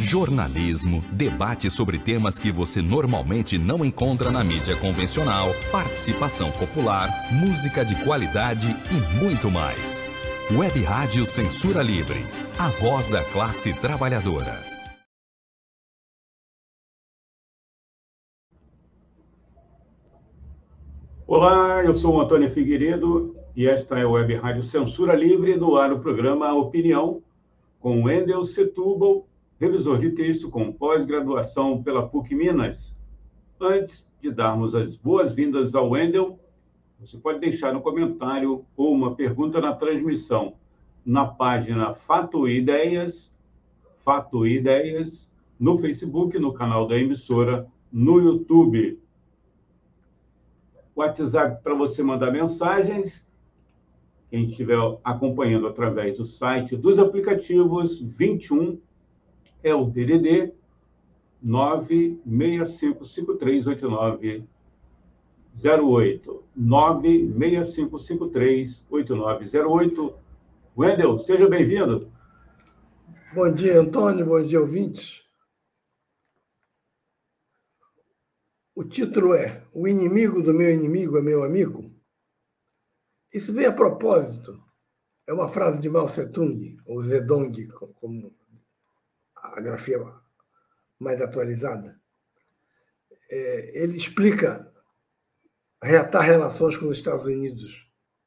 Jornalismo, debate sobre temas que você normalmente não encontra na mídia convencional, participação popular, música de qualidade e muito mais. Web Rádio Censura Livre, a voz da classe trabalhadora. Olá, eu sou o Antônio Figueiredo e esta é a Web Rádio Censura Livre, no ar o programa Opinião, com Wendel Setúbal, revisor de texto com pós-graduação pela PUC Minas. Antes de darmos as boas-vindas ao Wendel, você pode deixar um comentário ou uma pergunta na transmissão na página Fato e Ideias, no Facebook, no canal da emissora, no YouTube. WhatsApp para você mandar mensagens. Quem estiver acompanhando através do site, dos aplicativos, 21 é o DDD 965538908. 965538908. Wendel, seja bem-vindo. Bom dia, Antônio. Bom dia, ouvintes. O título é O inimigo do meu inimigo é meu amigo. Isso vem a propósito. É uma frase de Mao Tse-tung, ou Zedong, como a grafia mais atualizada. Ele explica reatar relações com os Estados Unidos.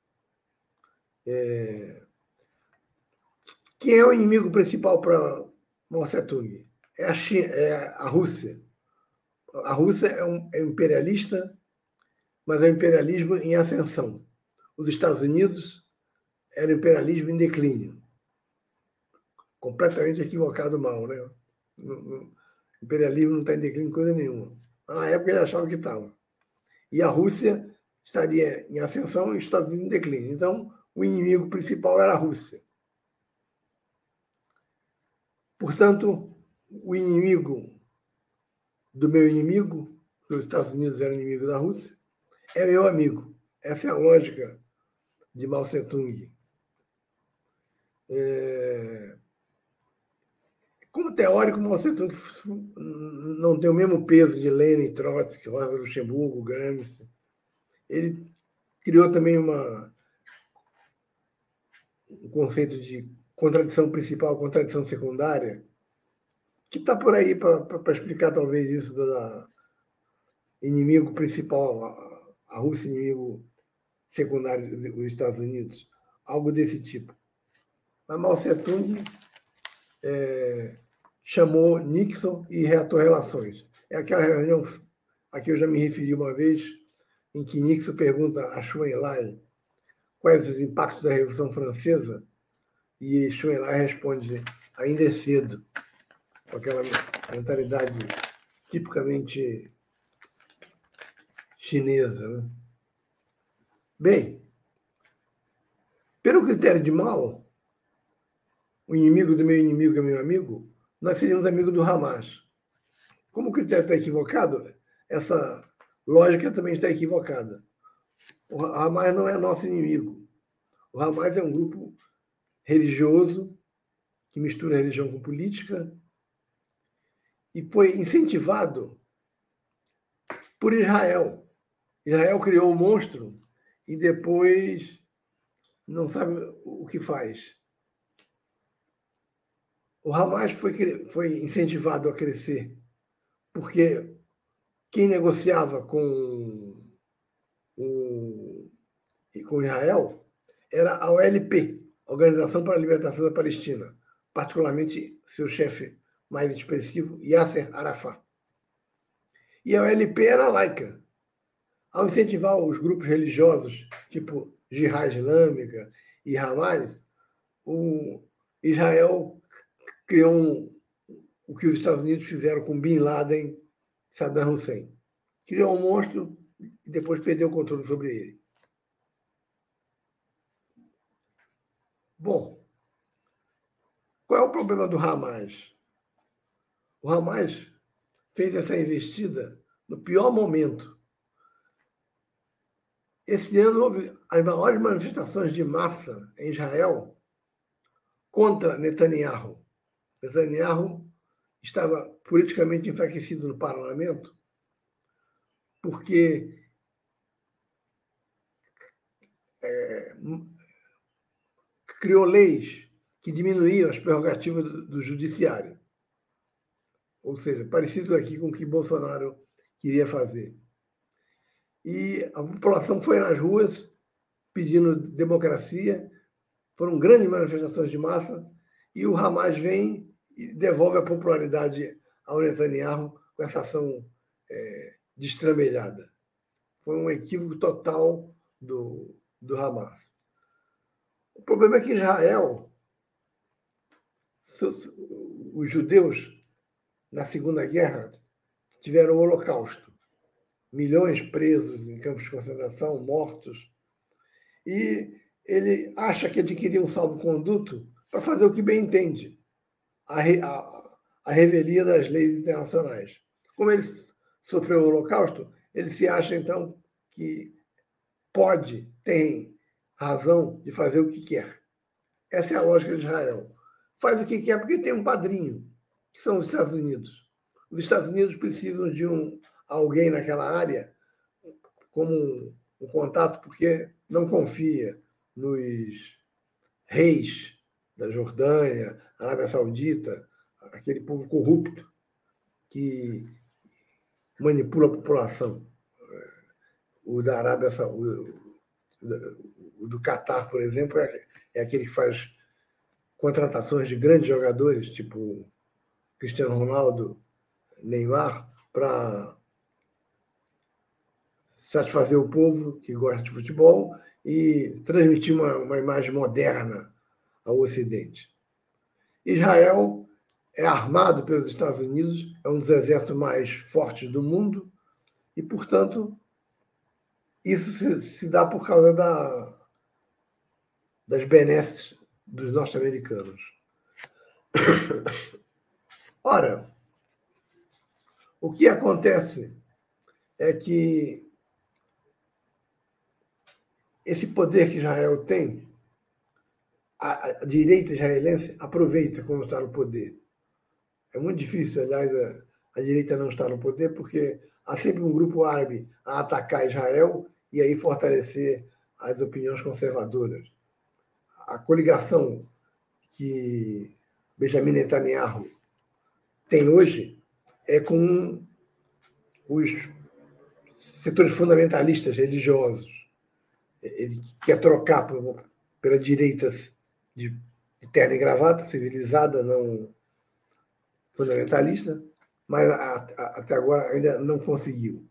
Quem é o inimigo principal para Mao Tse-tung? É a Rússia. A Rússia é imperialista, mas é um imperialismo em ascensão. Os Estados Unidos era um imperialismo em declínio. Completamente equivocado mal, né? O imperialismo não está em declínio coisa nenhuma. Na época ele achava que estava. E a Rússia estaria em ascensão e os Estados Unidos em declínio. Então, o inimigo principal era a Rússia. Portanto, o inimigo do meu inimigo, os Estados Unidos eram inimigo da Rússia, é meu amigo. Essa é a lógica de Mao Tse-tung. Como teórico, Mao Tse-tung não tem o mesmo peso de Lenin, Trotsky, Rosa Luxemburgo, Gramsci. Ele criou também um conceito de contradição principal, contradição secundária, que está por aí para explicar talvez isso do inimigo principal, a Rússia, inimigo secundário, os Estados Unidos, algo desse tipo. Mas Mao Tse-tung chamou Nixon e reatou relações. É aquela reunião a que eu já me referi uma vez, em que Nixon pergunta a Chou En-lai quais os impactos da Revolução Francesa, e Chou En-lai responde: ainda é cedo, com aquela mentalidade tipicamente chinesa. Né? Bem, pelo critério de Mao, o inimigo do meu inimigo é meu amigo, nós seríamos amigos do Hamas. Como o critério está equivocado, essa lógica também está equivocada. O Hamas não é nosso inimigo. O Hamas é um grupo religioso que mistura religião com política e foi incentivado por Israel. Israel criou um monstro e depois não sabe o que faz. O Hamas foi incentivado a crescer porque quem negociava com Israel era a OLP, Organização para a Libertação da Palestina, particularmente seu chefe mais expressivo, Yasser Arafat. E a OLP era laica. Ao incentivar os grupos religiosos, tipo Jihad Islâmica e Hamas, o Israel criou o que os Estados Unidos fizeram com Bin Laden e Saddam Hussein. Criou um monstro e depois perdeu o controle sobre ele. Bom, qual é o problema do Hamas? O Hamas fez essa investida no pior momento. Esse ano houve as maiores manifestações de massa em Israel contra Netanyahu. Netanyahu estava politicamente enfraquecido no parlamento, porque criou leis que diminuíam as prerrogativas do judiciário. Ou seja, parecido aqui com o que Bolsonaro queria fazer. E a população foi nas ruas pedindo democracia, foram grandes manifestações de massa, e o Hamas vem e devolve a popularidade ao Netanyahu com essa ação destrambelhada. Foi um equívoco total do Hamas. O problema é que Israel, os judeus, na Segunda Guerra, tiveram o Holocausto. Milhões presos em campos de concentração, mortos. E ele acha que adquiriu um salvo-conduto para fazer o que bem entende, a revelia das leis internacionais. Como ele sofreu o Holocausto, ele se acha, então, que tem razão de fazer o que quer. Essa é a lógica de Israel. Faz o que quer porque tem um padrinho, que são os Estados Unidos. Os Estados Unidos precisam de alguém naquela área como um contato, porque não confia nos reis da Jordânia, Arábia Saudita, aquele povo corrupto que manipula a população. O da Arábia Saudita, o do Catar, por exemplo, é aquele que faz contratações de grandes jogadores, tipo Cristiano Ronaldo, Neymar, para satisfazer o povo que gosta de futebol e transmitir uma imagem moderna ao Ocidente. Israel é armado pelos Estados Unidos, é um dos exércitos mais fortes do mundo e, portanto, isso se dá por causa das benesses dos norte-americanos. Ora, o que acontece é que esse poder que Israel tem, a direita israelense aproveita quando está no poder. É muito difícil, aliás, a direita não estar no poder, porque há sempre um grupo árabe a atacar Israel e aí fortalecer as opiniões conservadoras. A coligação que Benjamin Netanyahu tem hoje é com os setores fundamentalistas religiosos. Ele quer trocar pela direita de terno e gravata, civilizada, não fundamentalista, mas até agora ainda não conseguiu.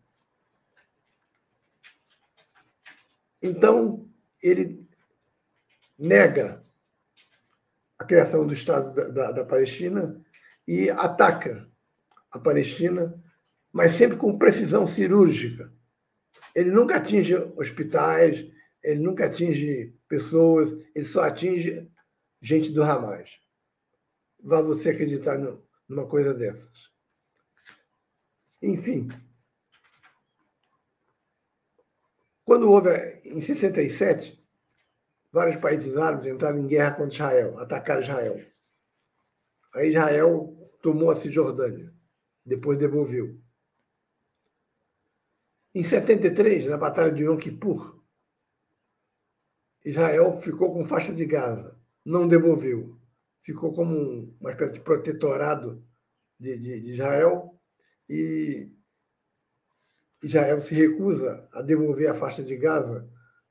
Então, ele nega a criação do Estado da Palestina e ataca a Palestina, mas sempre com precisão cirúrgica. Ele nunca atinge hospitais, ele nunca atinge pessoas, ele só atinge gente do Hamas. Vá você acreditar numa coisa dessas. Enfim, quando houve, em 67, vários países árabes entraram em guerra contra Israel, atacaram Israel. Aí Israel tomou a Cisjordânia, depois devolveu. Em 73, na Batalha de Yom Kippur, Israel ficou com faixa de Gaza, não devolveu. Ficou como uma espécie de protetorado de Israel e Israel se recusa a devolver a faixa de Gaza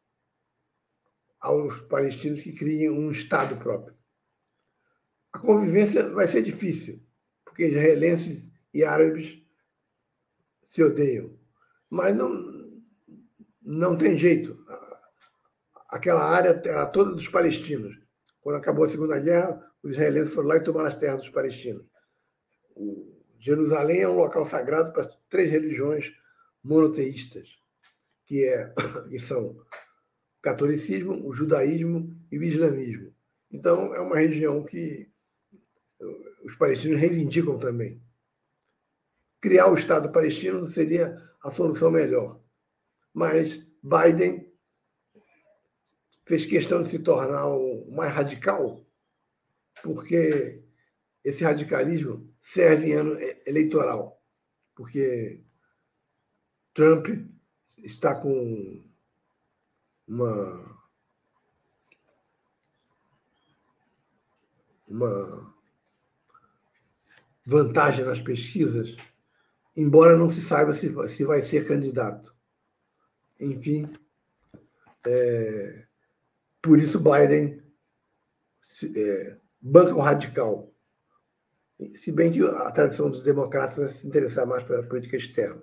aos palestinos que criem um Estado próprio. A convivência vai ser difícil, porque israelenses e árabes se odeiam. Mas não tem jeito. Aquela área era toda dos palestinos. Quando acabou a Segunda Guerra, os israelenses foram lá e tomaram as terras dos palestinos. Jerusalém é um local sagrado para 3 religiões monoteístas, que são o catolicismo, o judaísmo e o islamismo. Então, é uma região que os palestinos reivindicam também. Criar o Estado palestino seria a solução melhor. Mas Biden fez questão de se tornar o mais radical, porque esse radicalismo serve em ano eleitoral, porque Trump está com uma vantagem nas pesquisas, embora não se saiba se vai ser candidato. Enfim, por isso Biden banca o radical, se bem que a tradição dos democratas vai se interessar mais pela política externa.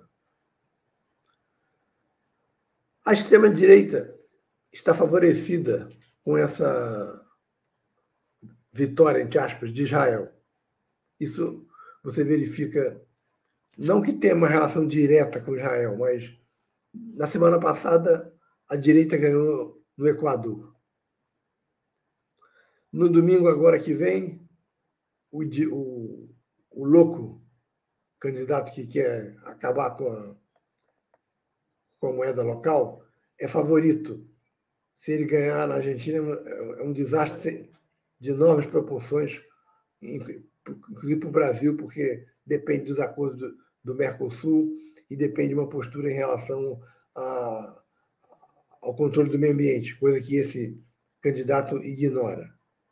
A extrema-direita está favorecida com essa vitória, entre aspas, de Israel. Isso você verifica, não que tenha uma relação direta com Israel, mas na semana passada a direita ganhou no Equador. No domingo agora que vem, o louco candidato que quer acabar com a moeda local é favorito. Se ele ganhar na Argentina, é um desastre de enormes proporções, inclusive para o Brasil, porque depende dos acordos do Mercosul e depende de uma postura em relação ao controle do meio ambiente, coisa que esse candidato ignora.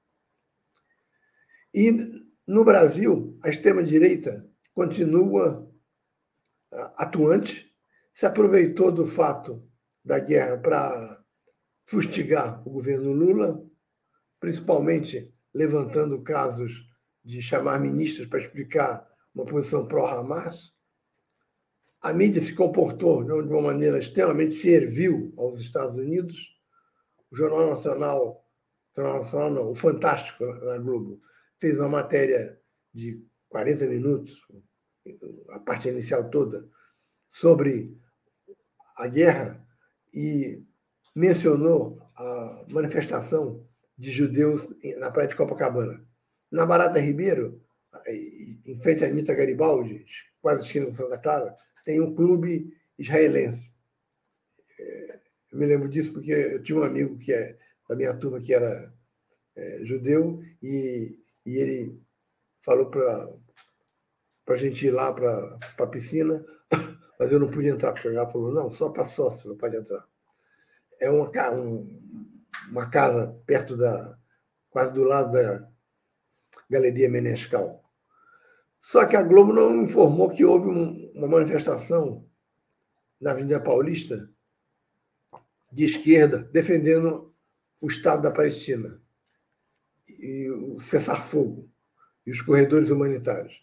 E no Brasil, a extrema-direita continua atuante, se aproveitou do fato da guerra para fustigar o governo Lula, principalmente levantando casos de chamar ministros para explicar uma posição pró-Hamas. A mídia se comportou de uma maneira extremamente servil aos Estados Unidos. O Jornal Nacional não, o Fantástico, na Globo, fez uma matéria de 40 minutos, a parte inicial toda, sobre a guerra e mencionou a manifestação de judeus na praia de Copacabana. Na Barata Ribeiro, em frente à Anitta Garibaldi, quase esquina de Santa Clara, tem um clube israelense. Eu me lembro disso porque eu tinha um amigo que é da minha turma que era judeu e ele falou para a gente ir lá para a piscina, mas eu não podia entrar, porque ela falou, não, só para sócio, não pode entrar. É uma casa perto quase do lado da Galeria Menescal. Só que a Globo não informou que houve uma manifestação na Avenida Paulista de esquerda defendendo o Estado da Palestina e o cessar-fogo e os corredores humanitários.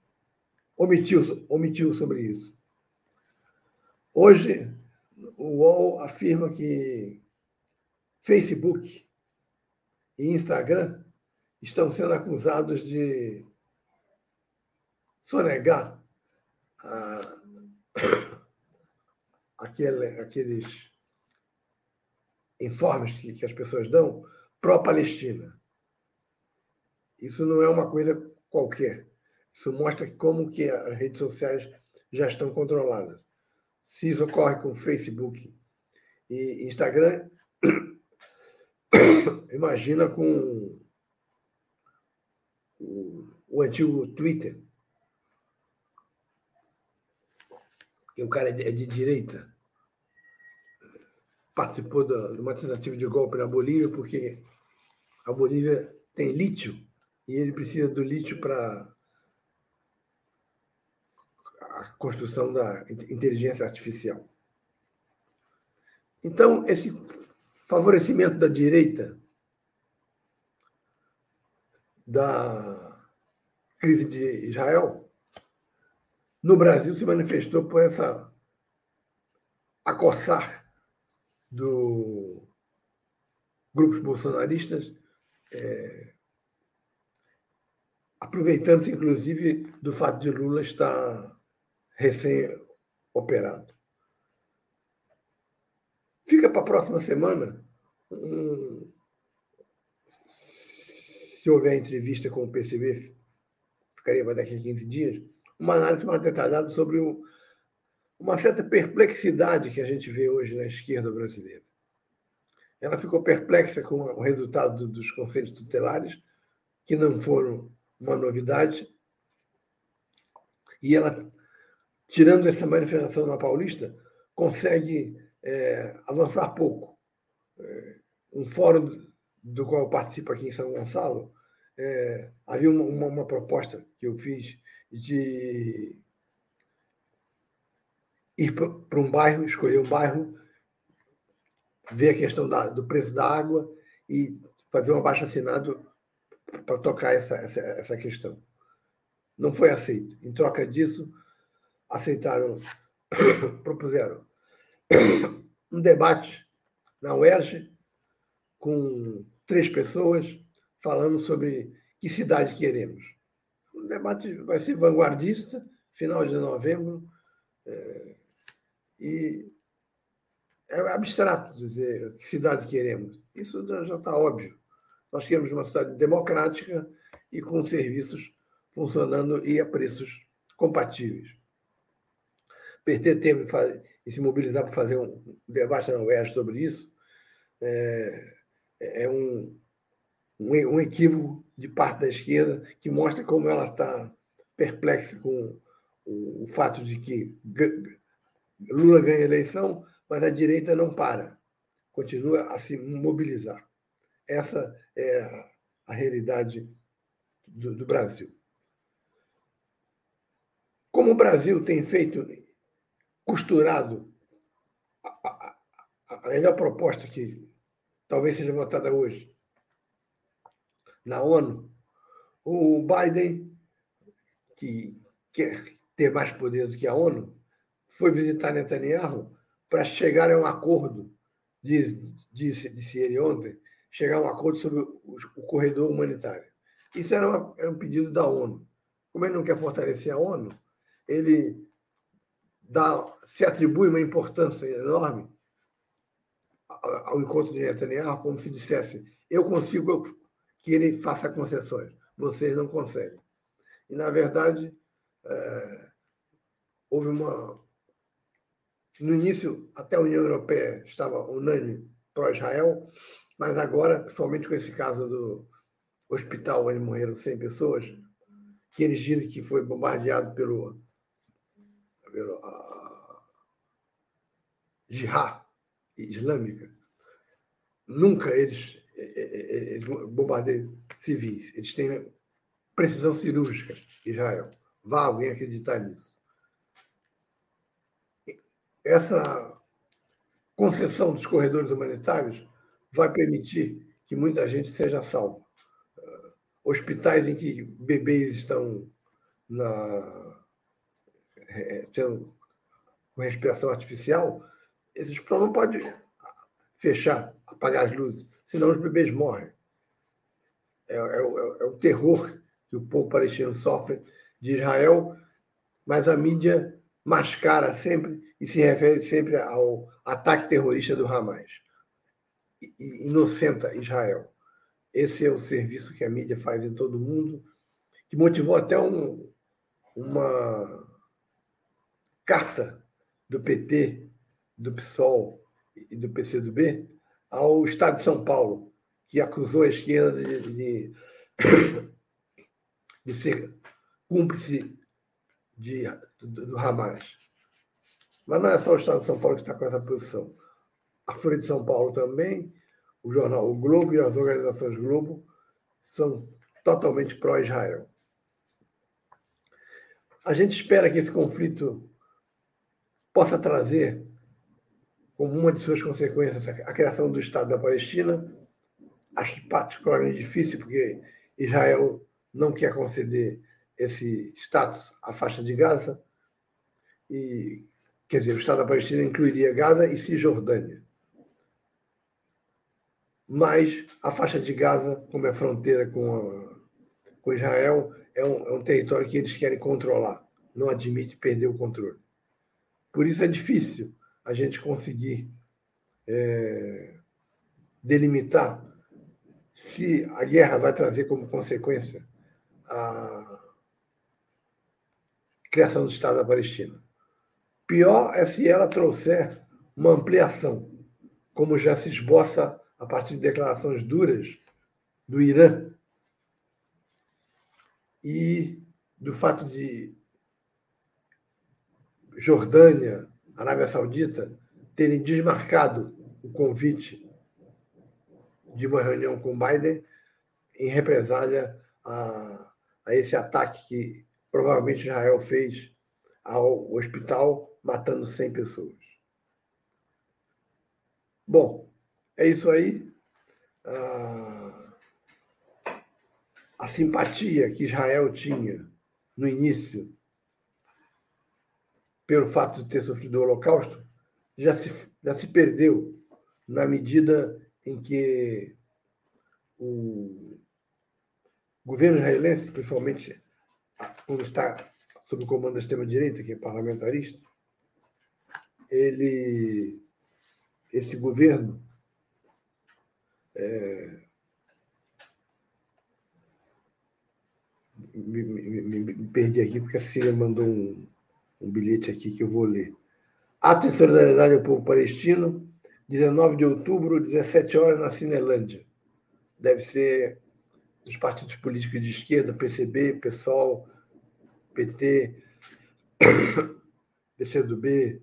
Omitiu sobre isso. Hoje, o UOL afirma que Facebook e Instagram estão sendo acusados de sonegar aqueles informes que as pessoas dão pró-Palestina. Isso não é uma coisa qualquer. Isso mostra como que as redes sociais já estão controladas. Se isso ocorre com Facebook e Instagram, imagina com o antigo Twitter. E o cara é de direita. Participou de uma tentativa de golpe na Bolívia, porque a Bolívia tem lítio e ele precisa do lítio para a construção da inteligência artificial. Então, esse favorecimento da direita da crise de Israel, no Brasil se manifestou por essa acossar do grupos bolsonaristas, aproveitando-se, inclusive, do fato de Lula estar recém-operado. Fica para a próxima semana, se houver entrevista com o PCB, ficaria para daqui a 15 dias, uma análise mais detalhada sobre uma certa perplexidade que a gente vê hoje na esquerda brasileira. Ela ficou perplexa com o resultado dos conselhos tutelares, que não uma novidade, e ela, tirando essa manifestação na Paulista, consegue avançar pouco. Um fórum do qual eu participo aqui em São Gonçalo, havia uma proposta que eu fiz de ir para um bairro, escolher um bairro, ver a questão do preço da água e fazer um abaixo-assinado para tocar essa questão. Não foi aceito. Em troca disso, propuseram um debate na UERJ com 3 pessoas falando sobre que cidade queremos. O debate vai ser vanguardista, final de novembro, e é abstrato dizer que cidade queremos. Isso já está óbvio. Nós queremos uma cidade democrática e com serviços funcionando e a preços compatíveis. O PT teve que se mobilizar para fazer um debate na UERJ sobre isso. É um equívoco de parte da esquerda que mostra como ela está perplexa com o fato de que Lula ganha a eleição, mas a direita não para, continua a se mobilizar. Essa é a realidade do Brasil. Como o Brasil tem costurado a melhor proposta que talvez seja votada hoje na ONU, o Biden, que quer ter mais poder do que a ONU, foi visitar Netanyahu para chegar a um acordo, disse ele ontem, chegar a um acordo sobre o corredor humanitário. Isso era um pedido da ONU. Como ele não quer fortalecer a ONU, ele se atribui uma importância enorme ao encontro de Netanyahu, como se dissesse: eu consigo que ele faça concessões, vocês não conseguem. E, na verdade, houve no início, até a União Europeia estava unânime pró-Israel, mas agora, principalmente com esse caso do hospital onde morreram 100 pessoas, que eles dizem que foi bombardeado pelo Jihad islâmica. Nunca eles bombardeiam civis. Eles têm precisão cirúrgica, Israel. Vá alguém acreditar nisso. Essa concessão dos corredores humanitários vai permitir que muita gente seja salva. Hospitais em que bebês estão tendo com respiração artificial, esses hospitais não podem fechar, apagar as luzes, senão os bebês morrem. É o terror que o povo palestino sofre de Israel, mas a mídia mascara sempre e se refere sempre ao ataque terrorista do Hamas. E inocenta Israel. Esse é o serviço que a mídia faz em todo o mundo, que motivou até uma carta do PT, do PSOL e do PCdoB ao Estado de São Paulo, que acusou a esquerda de ser cúmplice do Hamas. Mas não é só o Estado de São Paulo que está com essa posição. A Folha de São Paulo também, o jornal O Globo e as organizações Globo são totalmente pró-Israel. A gente espera que esse conflito possa trazer, como uma de suas consequências, a criação do Estado da Palestina. Acho particularmente difícil, porque Israel não quer conceder esse status à faixa de Gaza. Quer dizer, o Estado da Palestina incluiria Gaza e Cisjordânia. Mas a faixa de Gaza, como é fronteira com Israel, é um território que eles querem controlar, não admite perder o controle. Por isso é difícil a gente conseguir delimitar se a guerra vai trazer como consequência a criação do Estado da Palestina. Pior é se ela trouxer uma ampliação, como já se esboça a partir de declarações duras do Irã, e do fato de Jordânia, Arábia Saudita, terem desmarcado o convite de uma reunião com Biden em represália a esse ataque que provavelmente Israel fez ao hospital, matando 100 pessoas. Bom, é isso aí. A simpatia que Israel tinha no início pelo fato de ter sofrido o Holocausto já se perdeu na medida em que o governo israelense, principalmente quando está sob o comando da extrema-direita, que é parlamentarista, esse governo me perdi aqui porque a Cecília mandou um bilhete aqui que eu vou ler. Ato de solidariedade ao povo palestino, 19 de outubro, 17 horas, na Cinelândia. Deve ser dos partidos políticos de esquerda, PCB, PSOL, PT, PCdoB,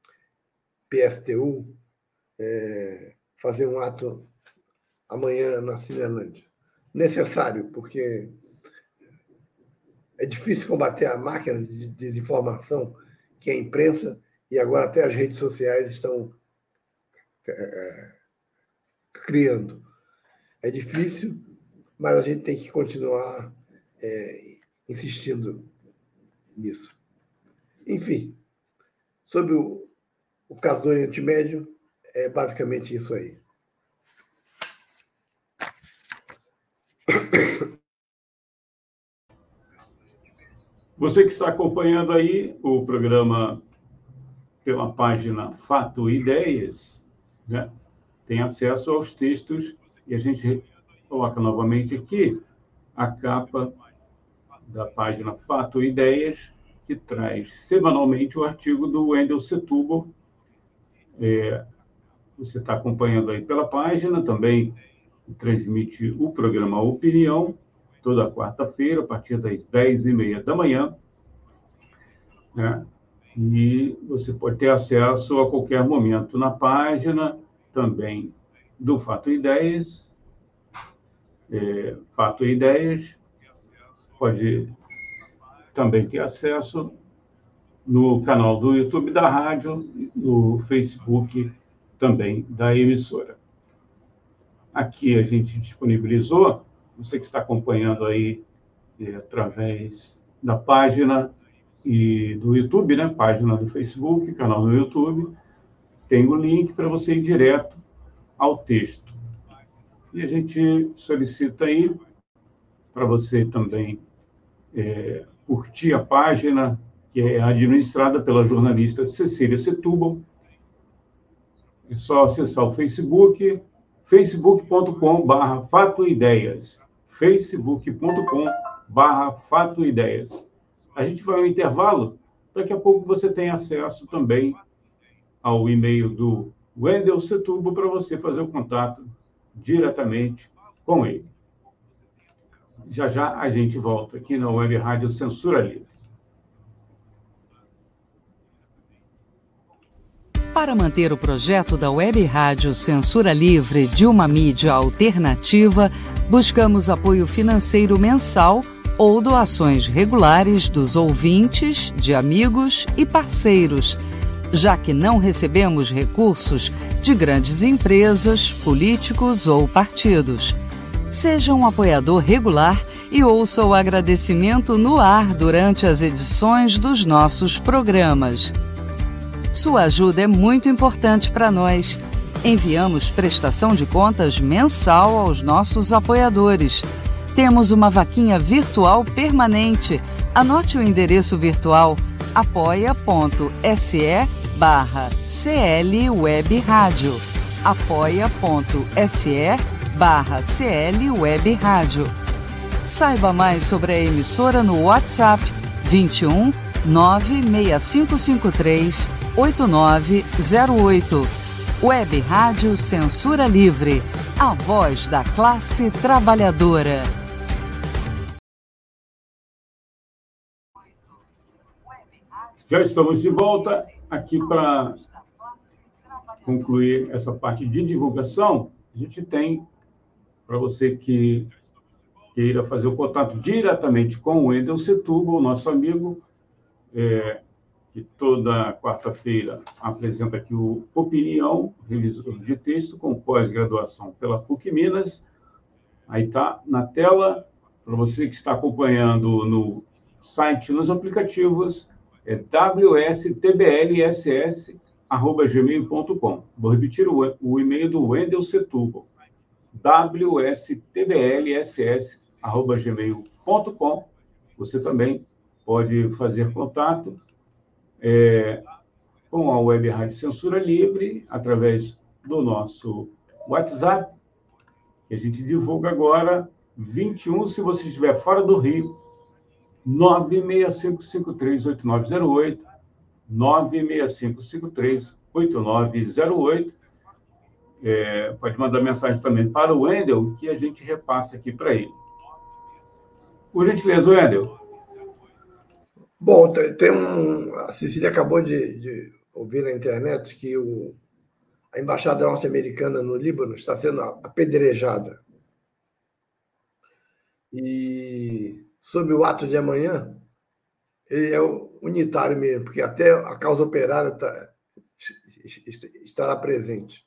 PSTU, fazer um ato amanhã na Cinelândia. Necessário, porque é difícil combater a máquina de desinformação que é a imprensa, e agora até as redes sociais estão criando. É difícil, mas a gente tem que continuar insistindo nisso. Enfim, sobre o caso do Oriente Médio, é basicamente isso aí. Você que está acompanhando aí o programa pela página Fato e Ideias, né, tem acesso aos textos, e a gente coloca novamente aqui a capa da página Fato e Ideias, que traz semanalmente o artigo do Wendel Setúbal. Você está acompanhando aí pela página, também transmite o programa Opinião, toda quarta-feira, a partir das 10h30 da manhã, né? E você pode ter acesso a qualquer momento na página, também do Fato e Ideias. Fato e Ideias pode também ter acesso no canal do YouTube da rádio, no Facebook também da emissora. Aqui a gente disponibilizou, você que está acompanhando aí através da página e do YouTube, né? Página do Facebook, canal do YouTube, tem o link para você ir direto ao texto. E a gente solicita aí para você também curtir a página, que é administrada pela jornalista Cecília Setúbal. É só acessar o Facebook, facebook.com/fatoideias, facebook.com/fatoideias. A gente vai ao intervalo, daqui a pouco você tem acesso também ao e-mail do Wendel Setúbal para você fazer o contato diretamente com ele. Já já a gente volta aqui na Web Rádio Censura Livre. Para manter o projeto da Web Rádio Censura Livre de uma mídia alternativa, buscamos apoio financeiro mensal ou doações regulares dos ouvintes, de amigos e parceiros, já que não recebemos recursos de grandes empresas, políticos ou partidos. Seja um apoiador regular e ouça o agradecimento no ar durante as edições dos nossos programas. Sua ajuda é muito importante para nós. Enviamos prestação de contas mensal aos nossos apoiadores. Temos uma vaquinha virtual permanente. Anote o endereço virtual apoia.se/CLWebRádio. apoia.se/CLWebRádio. Saiba mais sobre a emissora no WhatsApp 21 96553 8908. Web Rádio Censura Livre, a voz da classe trabalhadora. Já estamos de volta aqui para concluir essa parte de divulgação. A gente tem, para você que queira fazer o contato diretamente com o Wendel Setúbal, nosso amigo, que toda quarta-feira apresenta aqui o Opinião, revisor de texto com pós-graduação pela PUC Minas. Aí está na tela, para você que está acompanhando no site, nos aplicativos, é wstblss@gmail.com. Vou repetir o e-mail do Wendel Setúbal, wstblss@gmail.com. Você também pode fazer contato com a Web Rádio Censura Livre através do nosso WhatsApp, que a gente divulga agora, 21, se você estiver fora do Rio, 965538908, 965538908. Pode mandar mensagem também para o Wendel, que a gente repassa aqui para ele. Por gentileza, Wendel. Bom, a Cecília acabou de ouvir na internet que a embaixada norte-americana no Líbano está sendo apedrejada. E, sob o ato de amanhã, ele é unitário mesmo, porque até a causa operária estará presente.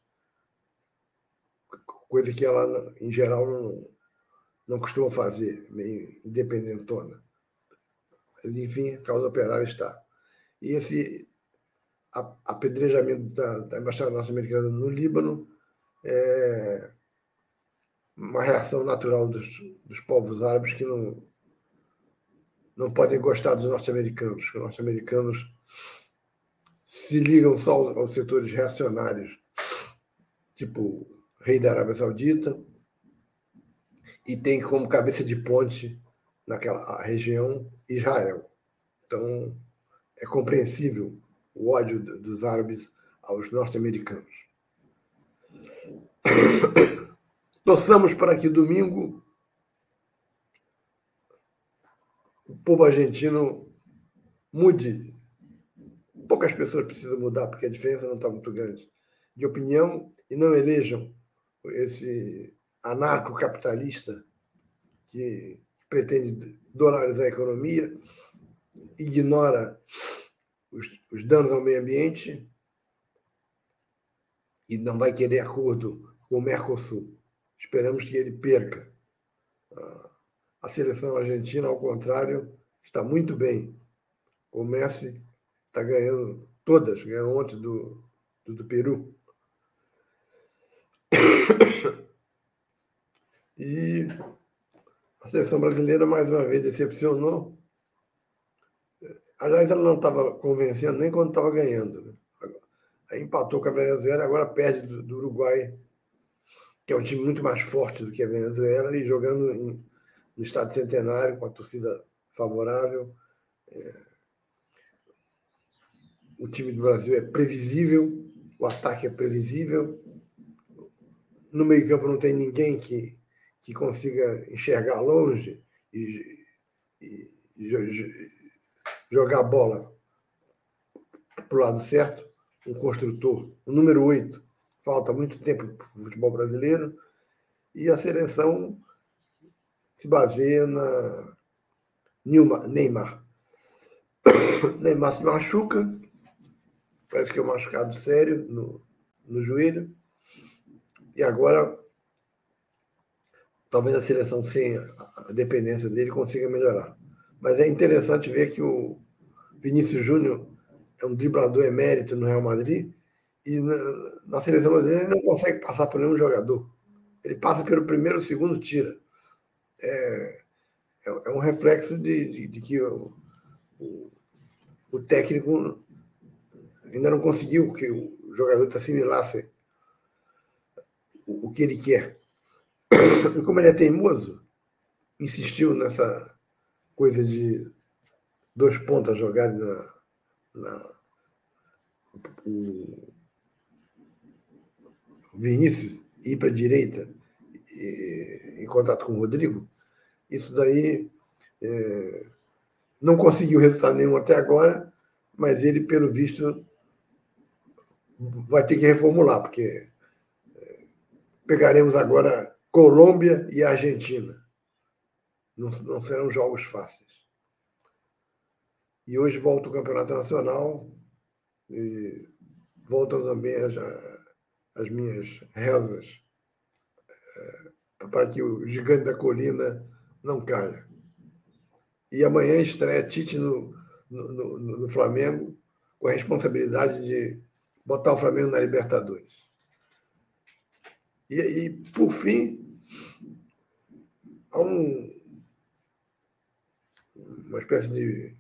Coisa que ela, em geral, não costuma fazer, meio independentona. Mas, enfim, a causa operária está. E esse apedrejamento da embaixada norte-americana no Líbano é uma reação natural dos povos árabes que não podem gostar dos norte-americanos, que os norte-americanos se ligam só aos setores reacionários, tipo rei da Arábia Saudita, e tem como cabeça de ponte naquela região Israel. Então, é compreensível o ódio dos árabes aos norte-americanos. Torçamos para que domingo o povo argentino mude. Poucas pessoas precisam mudar, porque a diferença não está muito grande, de opinião, e não elejam esse anarcocapitalista que pretende dolarizar a economia, ignora os danos ao meio ambiente e não vai querer acordo com o Mercosul. Esperamos que ele perca. A seleção argentina, ao contrário, está muito bem. O Messi está ganhando todas, ganhou ontem do Peru. E a seleção brasileira, mais uma vez, decepcionou. Aliás, ela não estava convencendo nem quando estava ganhando. Aí empatou com a Venezuela, agora perde do Uruguai, que é um time muito mais forte do que a Venezuela, e jogando no Estádio Centenário, com a torcida favorável. O time do Brasil é previsível, o ataque é previsível. No meio-campo não tem ninguém que consiga enxergar longe e jogar a bola para o lado certo. Um construtor, o número 8. Falta muito tempo para o futebol brasileiro. E a seleção se baseia na Neymar. Neymar se machuca, parece que é um machucado sério no joelho. E agora, talvez a seleção, sem a dependência dele, consiga melhorar. Mas é interessante ver que o Vinícius Júnior é um driblador emérito no Real Madrid e na seleção brasileira ele não consegue passar por nenhum jogador. Ele passa pelo primeiro, o segundo tira. É um reflexo de que o técnico ainda não conseguiu que o jogador assimilasse o que ele quer. E como ele é teimoso, insistiu nessa coisa de 2 pontas jogarem o Vinícius ir para a direita em contato com o Rodrigo. Isso daí não conseguiu resultado nenhum até agora, mas ele, pelo visto, vai ter que reformular, porque pegaremos agora Colômbia e Argentina. Não serão jogos fáceis. E hoje volta o Campeonato Nacional e voltam também as minhas rezas para que o gigante da colina não caia. E amanhã estreia Tite no Flamengo, com a responsabilidade de botar o Flamengo na Libertadores. E por fim, há uma espécie de...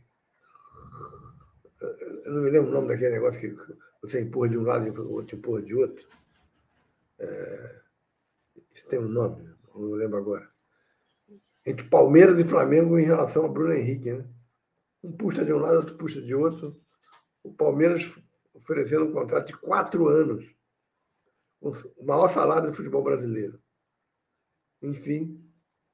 Eu não me lembro o nome daquele negócio que você empurra de um lado e o outro empurra de outro. Isso tem um nome, não lembro agora. Entre Palmeiras e Flamengo em relação a Bruno Henrique, né? Um puxa de um lado, outro puxa de outro. O Palmeiras oferecendo um contrato de 4 anos. O maior salário do futebol brasileiro. Enfim,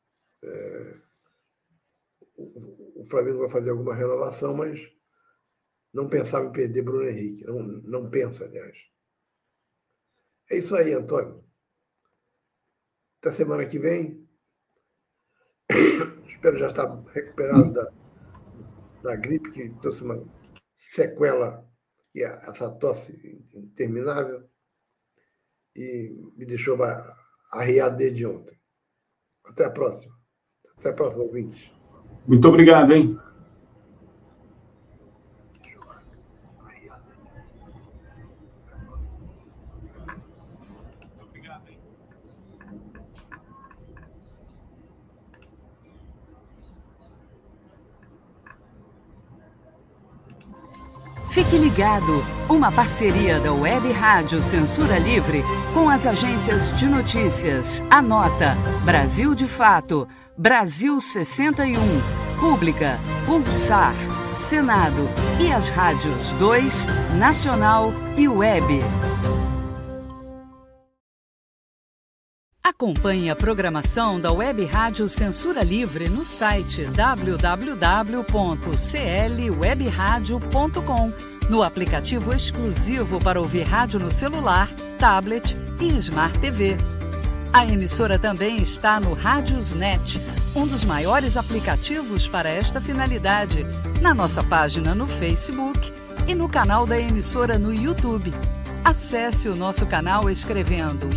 o Flamengo vai fazer alguma renovação, mas não pensava em perder Bruno Henrique. Não pensa, aliás. É isso aí, Antônio. Até semana que vem. Espero já estar recuperado da gripe, que trouxe uma sequela, que é essa tosse interminável, e me deixou arriar desde ontem. Até a próxima. Até a próxima, ouvintes. Muito obrigado, hein? Fique ligado, uma parceria da Web Rádio Censura Livre com as agências de notícias Anota, Brasil de Fato, Brasil 61, Pública, Pulsar, Senado e as rádios 2, Nacional e Web. Acompanhe a programação da Web Rádio Censura Livre no site www.clwebradio.com, no aplicativo exclusivo para ouvir rádio no celular, tablet e Smart TV. A emissora também está no Radiosnet, um dos maiores aplicativos para esta finalidade, na nossa página no Facebook e no canal da emissora no YouTube. Acesse o nosso canal escrevendo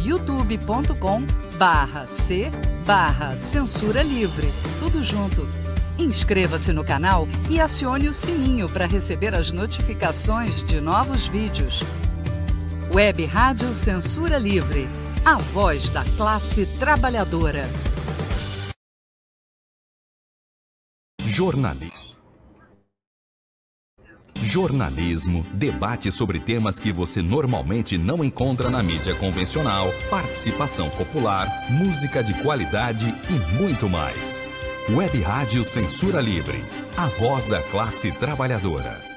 youtube.com/c/censura livre. Tudo junto. Inscreva-se no canal e acione o sininho para receber as notificações de novos vídeos. Web Rádio Censura Livre. A voz da classe trabalhadora. Jornalismo, debate sobre temas que você normalmente não encontra na mídia convencional, participação popular, música de qualidade e muito mais. Web Rádio Censura Livre, a voz da classe trabalhadora.